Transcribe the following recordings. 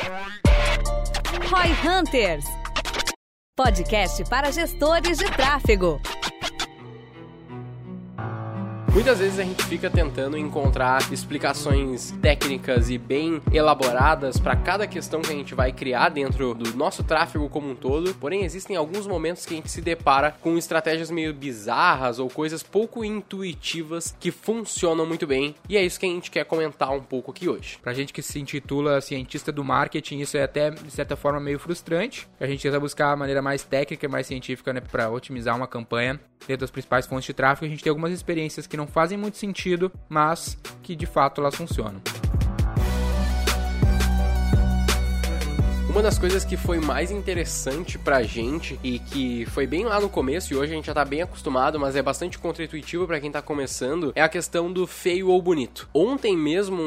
Roy Hunters, podcast para gestores de tráfego. Muitas vezes a gente fica tentando encontrar explicações técnicas e bem elaboradas para cada questão que a gente vai criar dentro do nosso tráfego como um todo, porém existem alguns momentos que a gente se depara com estratégias meio bizarras ou coisas pouco intuitivas que funcionam muito bem, e é isso que a gente quer comentar um pouco aqui hoje. Pra gente que se intitula cientista do marketing, isso é até, de certa forma, meio frustrante. A gente tenta buscar a maneira mais técnica e mais científica, né, para otimizar uma campanha dentro das principais fontes de tráfego. A gente tem algumas experiências que não fazem muito sentido, mas que de fato elas funcionam. Uma das coisas que foi mais interessante pra gente e que foi bem lá no começo e hoje a gente já tá bem acostumado, mas é bastante contra-intuitivo pra quem tá começando, é a questão do feio ou bonito. Ontem mesmo,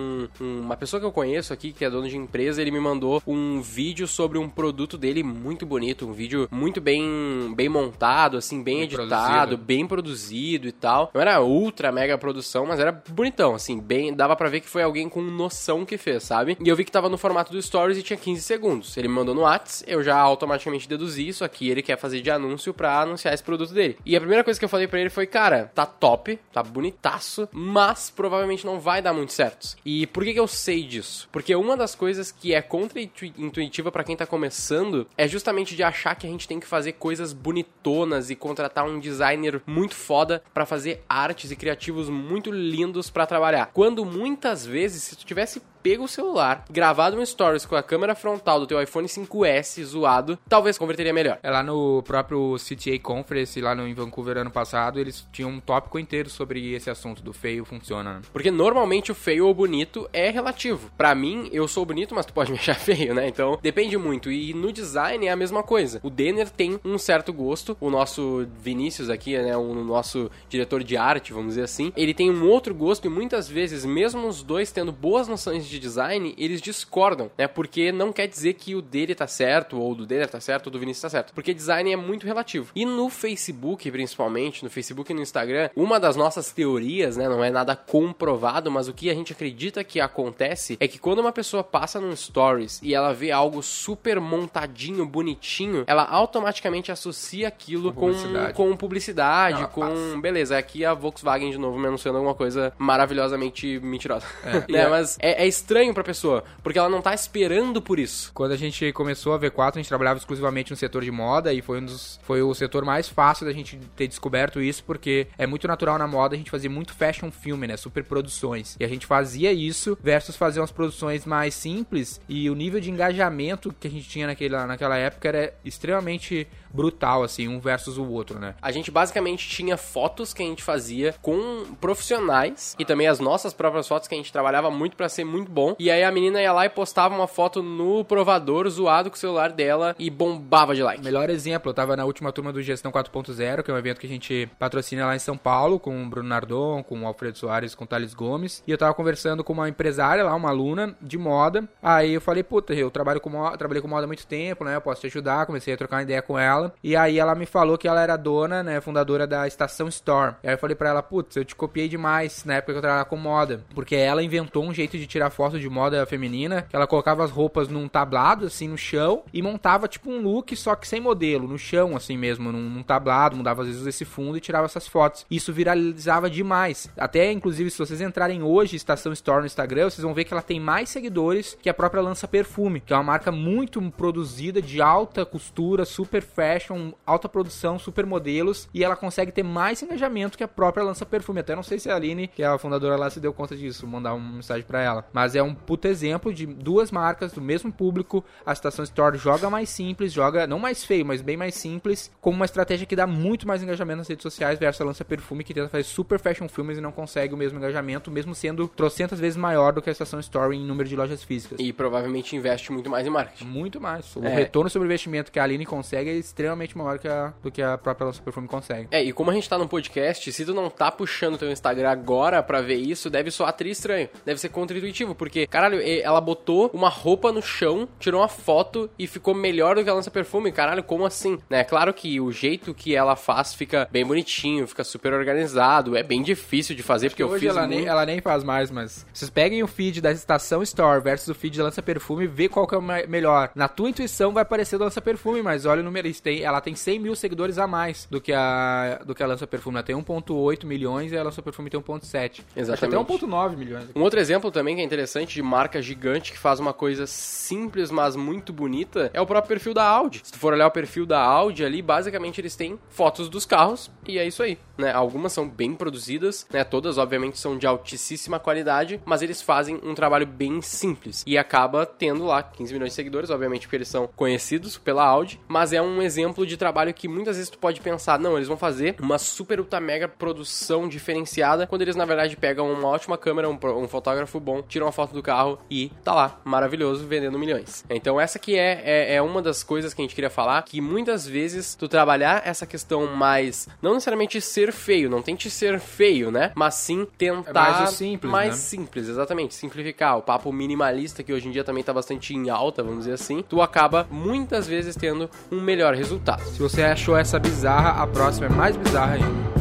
uma pessoa que eu conheço aqui, que é dono de empresa, ele me mandou um vídeo sobre um produto dele muito bonito, um vídeo muito bem montado, assim, bem editado, bem produzido e tal. Não era ultra mega produção, mas era bonitão, assim, bem, dava pra ver que foi alguém com noção que fez, sabe? E eu vi que tava no formato do Stories e tinha 15 segundos. Ele me mandou no Whats, eu já automaticamente deduzi isso aqui, ele quer fazer de anúncio pra anunciar esse produto dele. E a primeira coisa que eu falei pra ele foi, cara, tá top, tá bonitaço, mas provavelmente não vai dar muito certo. E por que eu sei disso? Porque uma das coisas que é contra-intuitiva pra quem tá começando é justamente de achar que a gente tem que fazer coisas bonitonas e contratar um designer muito foda pra fazer artes e criativos muito lindos pra trabalhar. Quando muitas vezes, se tu tivesse pega o celular, gravado um stories com a câmera frontal do teu iPhone 5S zoado, talvez converteria melhor. É lá no próprio CTA Conference, lá em Vancouver ano passado, eles tinham um tópico inteiro sobre esse assunto do feio funciona, né? Porque normalmente o feio ou bonito é relativo. Pra mim, eu sou bonito, mas tu pode me achar feio, né? Então, depende muito. E no design é a mesma coisa. O Denner tem um certo gosto, o nosso Vinícius aqui, né, o nosso diretor de arte, vamos dizer assim, ele tem um outro gosto e muitas vezes, mesmo os dois tendo boas noções de design, eles discordam, né? Porque não quer dizer que o dele tá certo, ou do dele tá certo, ou do Vinícius tá certo. Porque design é muito relativo. E no Facebook, principalmente, no Facebook e no Instagram, uma das nossas teorias, né? Não é nada comprovado, mas o que a gente acredita que acontece é que quando uma pessoa passa num Stories e ela vê algo super montadinho, bonitinho, ela automaticamente associa aquilo com publicidade, beleza, aqui a Volkswagen de novo me anunciando alguma coisa maravilhosamente mentirosa. Né? Mas é estranho pra pessoa, porque ela não tá esperando por isso. Quando a gente começou a V4, a gente trabalhava exclusivamente no setor de moda e foi o setor mais fácil da gente ter descoberto isso, porque é muito natural na moda a gente fazer muito fashion filme, né, super produções. E a gente fazia isso versus fazer umas produções mais simples, e o nível de engajamento que a gente tinha naquela época era extremamente brutal, assim, um versus o outro, né? A gente basicamente tinha fotos que a gente fazia com profissionais e também as nossas próprias fotos que a gente trabalhava muito pra ser muito bom. E aí a menina ia lá e postava uma foto no provador zoado com o celular dela e bombava de like. Melhor exemplo, eu tava na última turma do Gestão 4.0, que é um evento que a gente patrocina lá em São Paulo, com o Bruno Nardon, com o Alfredo Soares, com o Thales Gomes. E eu tava conversando com uma empresária lá, uma aluna de moda. Aí eu falei, puta, eu trabalhei com moda há muito tempo, né? Eu posso te ajudar. Comecei a trocar uma ideia com ela. E aí ela me falou que ela era dona, né, fundadora da Estação Store. E aí eu falei pra ela, putz, eu te copiei demais na época que eu trabalhava com moda. Porque ela inventou um jeito de tirar foto de moda feminina, que ela colocava as roupas num tablado, assim, no chão, e montava, tipo, um look, só que sem modelo, no chão, assim mesmo, num tablado, mudava às vezes esse fundo e tirava essas fotos. Isso viralizava demais. Até, inclusive, se vocês entrarem hoje, Estação Store no Instagram, vocês vão ver que ela tem mais seguidores que a própria Lança Perfume, que é uma marca muito produzida, de alta costura, super fashion, alta produção, super modelos, e ela consegue ter mais engajamento que a própria Lança Perfume. Até não sei se a Aline, que é a fundadora lá, se deu conta disso, vou mandar uma mensagem pra ela. Mas é um puto exemplo de duas marcas do mesmo público. A Estação Store joga mais simples, joga não mais feio, mas bem mais simples, como uma estratégia que dá muito mais engajamento nas redes sociais versus a Lança Perfume, que tenta fazer super fashion filmes e não consegue o mesmo engajamento, mesmo sendo trocentas vezes maior do que a Estação Store em número de lojas físicas. E provavelmente investe muito mais em marketing. Muito mais. O retorno sobre o investimento que a Aline consegue é extremamente maior do que a própria Lança Perfume consegue. E como a gente tá num podcast, se tu não tá puxando teu Instagram agora pra ver isso, deve soar tri estranho. Deve ser contra-intuitivo, porque, caralho, ela botou uma roupa no chão, tirou uma foto e ficou melhor do que a lança-perfume. Caralho, como assim? Né? Claro que o jeito que ela faz fica bem bonitinho, fica super organizado, é bem difícil de fazer, porque eu hoje fiz ela nem faz mais, mas vocês peguem o feed da Estação Store versus o feed da lança-perfume e vê qual que é o melhor. Na tua intuição vai parecer do lança-perfume, mas olha o número, ela tem 100 mil seguidores a mais do que a lança-perfume. Ela tem 1.8 milhões e a lança-perfume tem 1.7. Exatamente. Acho que até 1.9 milhões. Um outro exemplo também que é interessante de marca gigante que faz uma coisa simples, mas muito bonita, é o próprio perfil da Audi. Se tu for olhar o perfil da Audi ali, basicamente eles têm fotos dos carros e é isso aí, né? Algumas são bem produzidas, né? Todas, obviamente, são de altíssima qualidade, mas eles fazem um trabalho bem simples e acaba tendo lá 15 milhões de seguidores, obviamente porque eles são conhecidos pela Audi, mas é um exemplo de trabalho que muitas vezes tu pode pensar, não, eles vão fazer uma super ultra mega produção diferenciada, quando eles na verdade pegam uma ótima câmera, um fotógrafo bom, tiram uma foto do carro e tá lá, maravilhoso, vendendo milhões. Então essa que é uma das coisas que a gente queria falar, que muitas vezes tu trabalhar essa questão mais, não necessariamente ser feio, não tente ser feio, né? Mas sim tentar mais o simples, mais né? simples, exatamente, simplificar. O papo minimalista, que hoje em dia também tá bastante em alta, vamos dizer assim, tu acaba muitas vezes tendo um melhor resultado. Se você achou essa bizarra, a próxima é mais bizarra ainda.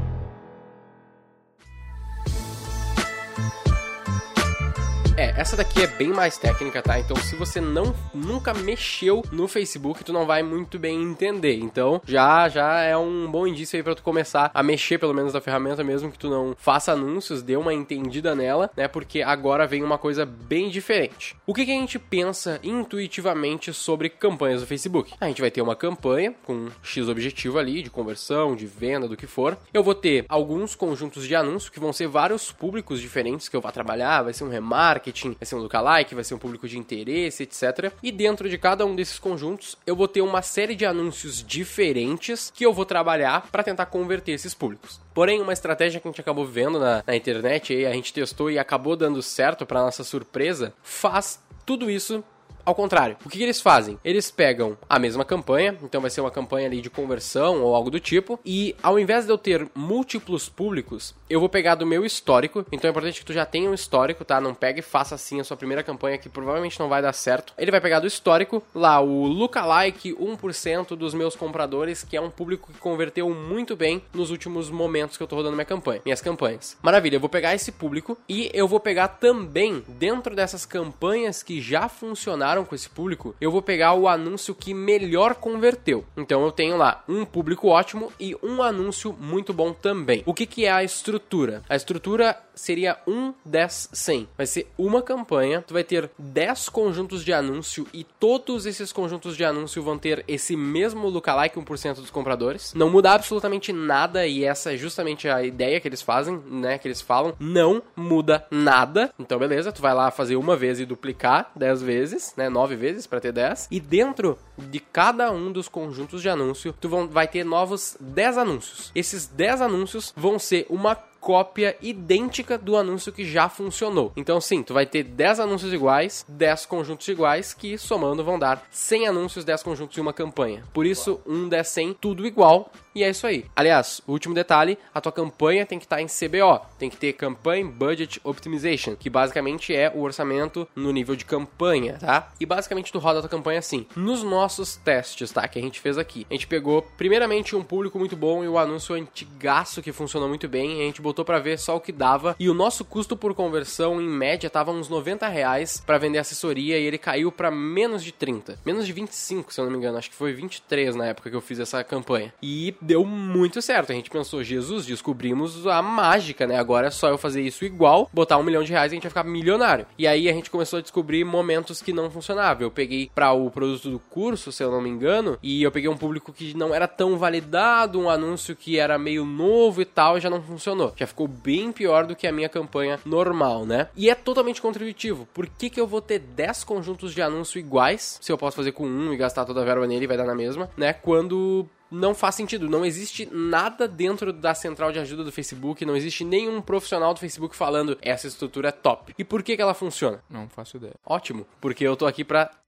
Essa daqui é bem mais técnica, tá? Então, se você nunca mexeu no Facebook, tu não vai muito bem entender. Então, já é um bom indício aí pra tu começar a mexer, pelo menos, na ferramenta, mesmo que tu não faça anúncios, dê uma entendida nela, né? Porque agora vem uma coisa bem diferente. O que a gente pensa intuitivamente sobre campanhas do Facebook? A gente vai ter uma campanha com X objetivo ali, de conversão, de venda, do que for. Eu vou ter alguns conjuntos de anúncios, que vão ser vários públicos diferentes que eu vou trabalhar, vai ser um remarketing, vai ser um lookalike, vai ser um público de interesse, etc. E dentro de cada um desses conjuntos, eu vou ter uma série de anúncios diferentes que eu vou trabalhar para tentar converter esses públicos. Porém, uma estratégia que a gente acabou vendo na internet, e a gente testou e acabou dando certo para nossa surpresa, faz tudo isso ao contrário. O que eles fazem? Eles pegam a mesma campanha, então vai ser uma campanha ali de conversão ou algo do tipo, e ao invés de eu ter múltiplos públicos, eu vou pegar do meu histórico. Então é importante que tu já tenha um histórico, tá? Não pega e faça assim a sua primeira campanha, que provavelmente não vai dar certo. Ele vai pegar do histórico, lá o lookalike 1% dos meus compradores, que é um público que converteu muito bem nos últimos momentos que eu tô rodando minhas campanhas. Maravilha, eu vou pegar esse público e eu vou pegar também, dentro dessas campanhas que já funcionaram com esse público, eu vou pegar o anúncio que melhor converteu. Então eu tenho lá um público ótimo e um anúncio muito bom também. O que é a estrutura? A estrutura seria 1, 10, 100. Vai ser uma campanha, tu vai ter 10 conjuntos de anúncio e todos esses conjuntos de anúncio vão ter esse mesmo lookalike 1% dos compradores. Não muda absolutamente nada e essa é justamente a ideia que eles fazem, né, que eles falam. Não muda nada. Então beleza, tu vai lá fazer uma vez e duplicar 10 vezes, né, 9 vezes para ter 10. E dentro de cada um dos conjuntos de anúncio, tu vai ter novos 10 anúncios. Esses 10 anúncios vão ser uma cópia idêntica do anúncio que já funcionou. Então sim, tu vai ter 10 anúncios iguais, 10 conjuntos iguais, que somando vão dar 100 anúncios, 10 conjuntos em uma campanha. Por isso, 1, 10, 100, tudo igual. E é isso aí. Aliás, o último detalhe, a tua campanha tem que estar em CBO. Tem que ter Campaign Budget Optimization, que basicamente é o orçamento no nível de campanha, tá? E basicamente tu roda a tua campanha assim. Nos nossos testes, tá? Que a gente fez aqui. A gente pegou, primeiramente, um público muito bom e o anúncio antigaço que funcionou muito bem. E a gente botou pra ver só o que dava. E o nosso custo por conversão, em média, tava uns R$90 pra vender assessoria e ele caiu pra menos de 30. Menos de 25, se eu não me engano. Acho que foi 23 na época que eu fiz essa campanha. E deu muito certo. A gente pensou, Jesus, descobrimos a mágica, né? Agora é só eu fazer isso igual, botar R$1 milhão e a gente vai ficar milionário. E aí a gente começou a descobrir momentos que não funcionavam. Eu peguei para o produto do curso, se eu não me engano, e eu peguei um público que não era tão validado, um anúncio que era meio novo e tal, e já não funcionou. Já ficou bem pior do que a minha campanha normal, né? E é totalmente contributivo. Por que eu vou ter 10 conjuntos de anúncio iguais, se eu posso fazer com um e gastar toda a verba nele e vai dar na mesma, né? Quando não faz sentido, não existe nada dentro da central de ajuda do Facebook, não existe nenhum profissional do Facebook falando essa estrutura é top. E por que ela funciona? Não faço ideia. Ótimo, porque eu tô aqui pra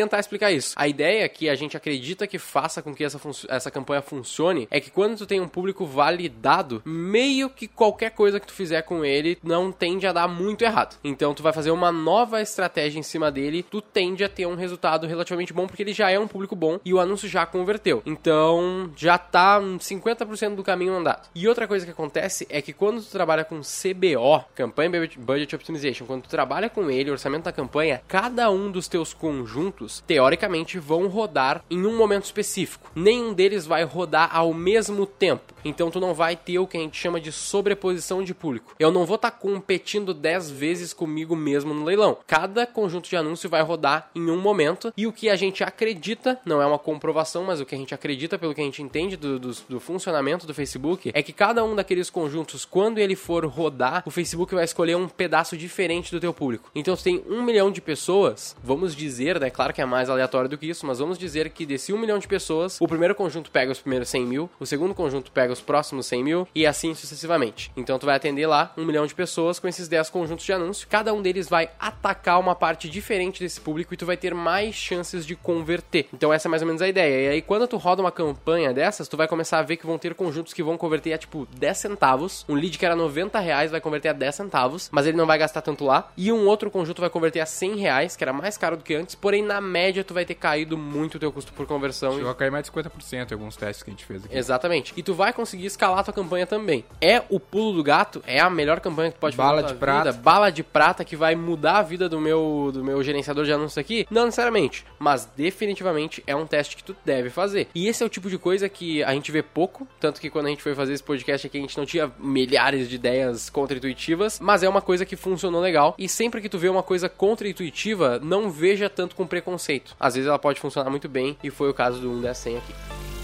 tentar explicar isso. A ideia que a gente acredita que faça com que essa campanha funcione é que quando tu tem um público validado, meio que qualquer coisa que tu fizer com ele não tende a dar muito errado. Então tu vai fazer uma nova estratégia em cima dele, tu tende a ter um resultado relativamente bom, porque ele já é um público bom e o anúncio já converteu. Então já tá 50% do caminho andado. E outra coisa que acontece é que quando tu trabalha com CBO, Campaign Budget Optimization, quando tu trabalha com ele, o orçamento da campanha, cada um dos teus conjuntos, teoricamente, vão rodar em um momento específico. Nenhum deles vai rodar ao mesmo tempo. Então tu não vai ter o que a gente chama de sobreposição de público. Eu não vou estar competindo 10 vezes comigo mesmo no leilão. Cada conjunto de anúncio vai rodar em um momento, e o que a gente acredita, não é uma comprovação, mas o que a gente acredita pelo que a gente entende do funcionamento do Facebook, é que cada um daqueles conjuntos, quando ele for rodar, o Facebook vai escolher um pedaço diferente do teu público. Então tu tem 1 milhão de pessoas, vamos dizer, né, claro que é mais aleatório do que isso, mas vamos dizer que desse 1 milhão de pessoas, o primeiro conjunto pega os primeiros 100 mil, o segundo conjunto pega os próximos 100 mil, e assim sucessivamente. Então tu vai atender lá 1 milhão de pessoas com esses 10 conjuntos de anúncio, cada um deles vai atacar uma parte diferente desse público e tu vai ter mais chances de converter. Então essa é mais ou menos a ideia. E aí quando tu roda uma campanha dessas, tu vai começar a ver que vão ter conjuntos que vão converter a tipo 10 centavos, um lead que era R$90 vai converter a 10 centavos, mas ele não vai gastar tanto lá, e um outro conjunto vai converter a R$100, que era mais caro do que antes, porém na média tu vai ter caído muito o teu custo por conversão. Chegou a cair mais de 50% em alguns testes que a gente fez aqui. Exatamente. E tu vai conseguir escalar a tua campanha também. É o pulo do gato, é a melhor campanha que tu pode fazer Bala na tua de prata. vida. Bala de prata que vai mudar a vida do meu gerenciador de anúncios aqui? Não necessariamente, mas definitivamente é um teste que tu deve fazer. E esse é o tipo de coisa que a gente vê pouco, tanto que quando a gente foi fazer esse podcast aqui, a gente não tinha milhares de ideias contra-intuitivas, mas é uma coisa que funcionou legal, e sempre que tu vê uma coisa contra-intuitiva, não veja tanto com preconceito. Às vezes ela pode funcionar muito bem, e foi o caso do 1-10-100 aqui.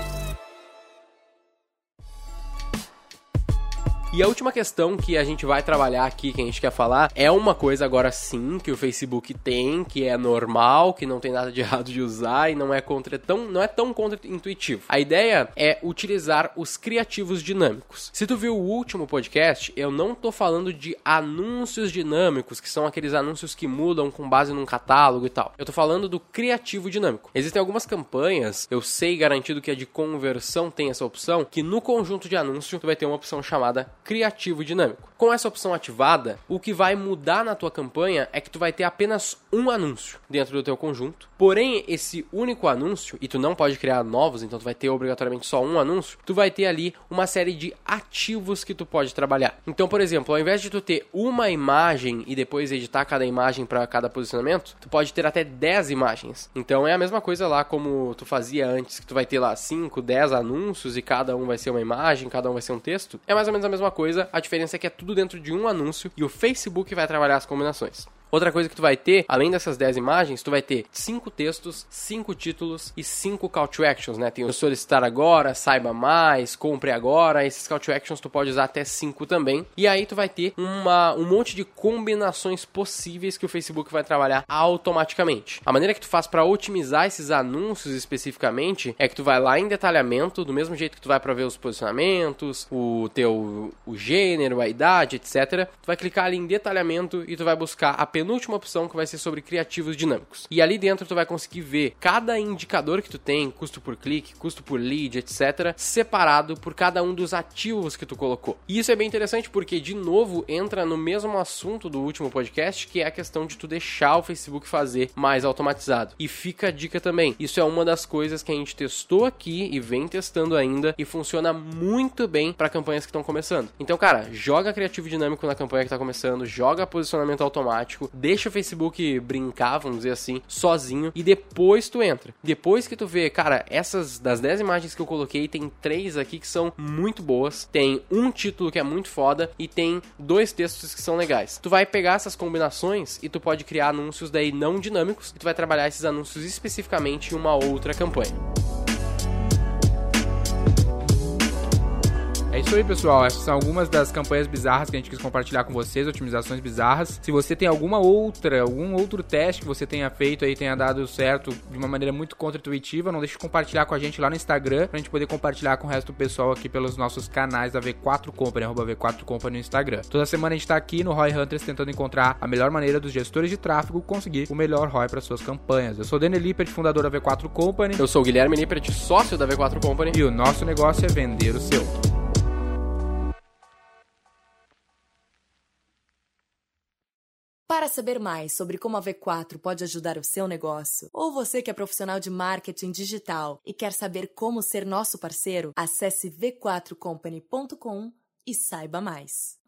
E a última questão que a gente vai trabalhar aqui, que a gente quer falar, é uma coisa agora sim que o Facebook tem, que é normal, que não tem nada de errado de usar e não é tão contra-intuitivo. A ideia é utilizar os criativos dinâmicos. Se tu viu o último podcast, eu não tô falando de anúncios dinâmicos, que são aqueles anúncios que mudam com base num catálogo e tal. Eu tô falando do criativo dinâmico. Existem algumas campanhas, eu sei garantido que a de conversão tem essa opção, que no conjunto de anúncio tu vai ter uma opção chamada criativo dinâmico. Com essa opção ativada, o que vai mudar na tua campanha é que tu vai ter apenas um anúncio dentro do teu conjunto. Porém, esse único anúncio, e tu não pode criar novos, então tu vai ter obrigatoriamente só um anúncio, tu vai ter ali uma série de ativos que tu pode trabalhar. Então, por exemplo, ao invés de tu ter uma imagem e depois editar cada imagem para cada posicionamento, tu pode ter até 10 imagens. Então é a mesma coisa lá como tu fazia antes, que tu vai ter lá 5, 10 anúncios e cada um vai ser uma imagem, cada um vai ser um texto. É mais ou menos a mesma coisa, a diferença é que é tudo dentro de um anúncio e o Facebook vai trabalhar as combinações. Outra coisa que tu vai ter, além dessas 10 imagens, tu vai ter 5 textos, 5 títulos e 5 call to actions, né? Tem o solicitar agora, saiba mais, compre agora. Esses call to actions tu pode usar até 5 também. E aí tu vai ter um monte de combinações possíveis que o Facebook vai trabalhar automaticamente. A maneira que tu faz para otimizar esses anúncios especificamente é que tu vai lá em detalhamento, do mesmo jeito que tu vai para ver os posicionamentos, o gênero, a idade, etc. Tu vai clicar ali em detalhamento e tu vai buscar a penúltima opção, que vai ser sobre criativos dinâmicos. E ali dentro tu vai conseguir ver cada indicador que tu tem, custo por clique, custo por lead, etc., separado por cada um dos ativos que tu colocou. E isso é bem interessante porque, de novo, entra no mesmo assunto do último podcast, que é a questão de tu deixar o Facebook fazer mais automatizado. E fica a dica também, isso é uma das coisas que a gente testou aqui e vem testando ainda e funciona muito bem para campanhas que estão começando. Então, cara, joga criativo dinâmico na campanha que tá começando, joga posicionamento automático, deixa o Facebook brincar, vamos dizer assim, sozinho, e depois tu entra. Depois que tu vê, cara, essas das 10 imagens que eu coloquei, tem 3 aqui que são muito boas, tem um título que é muito foda e tem 2 textos que são legais. Tu vai pegar essas combinações e tu pode criar anúncios daí não dinâmicos e tu vai trabalhar esses anúncios especificamente em uma outra campanha. É isso aí, pessoal. Essas são algumas das campanhas bizarras que a gente quis compartilhar com vocês, otimizações bizarras. Se você tem algum outro teste que você tenha feito aí, tenha dado certo de uma maneira muito contra-intuitiva, não deixe de compartilhar com a gente lá no Instagram, pra gente poder compartilhar com o resto do pessoal aqui pelos nossos canais da V4 Company, @V4Company no Instagram. Toda semana a gente tá aqui no ROI Hunters tentando encontrar a melhor maneira dos gestores de tráfego conseguir o melhor ROI para suas campanhas. Eu sou o Daniel Lippert, fundador da V4 Company. Eu sou o Guilherme Lippert, sócio da V4 Company. E o nosso negócio é vender o seu. Para saber mais sobre como a V4 pode ajudar o seu negócio, ou você que é profissional de marketing digital e quer saber como ser nosso parceiro, acesse v4company.com e saiba mais.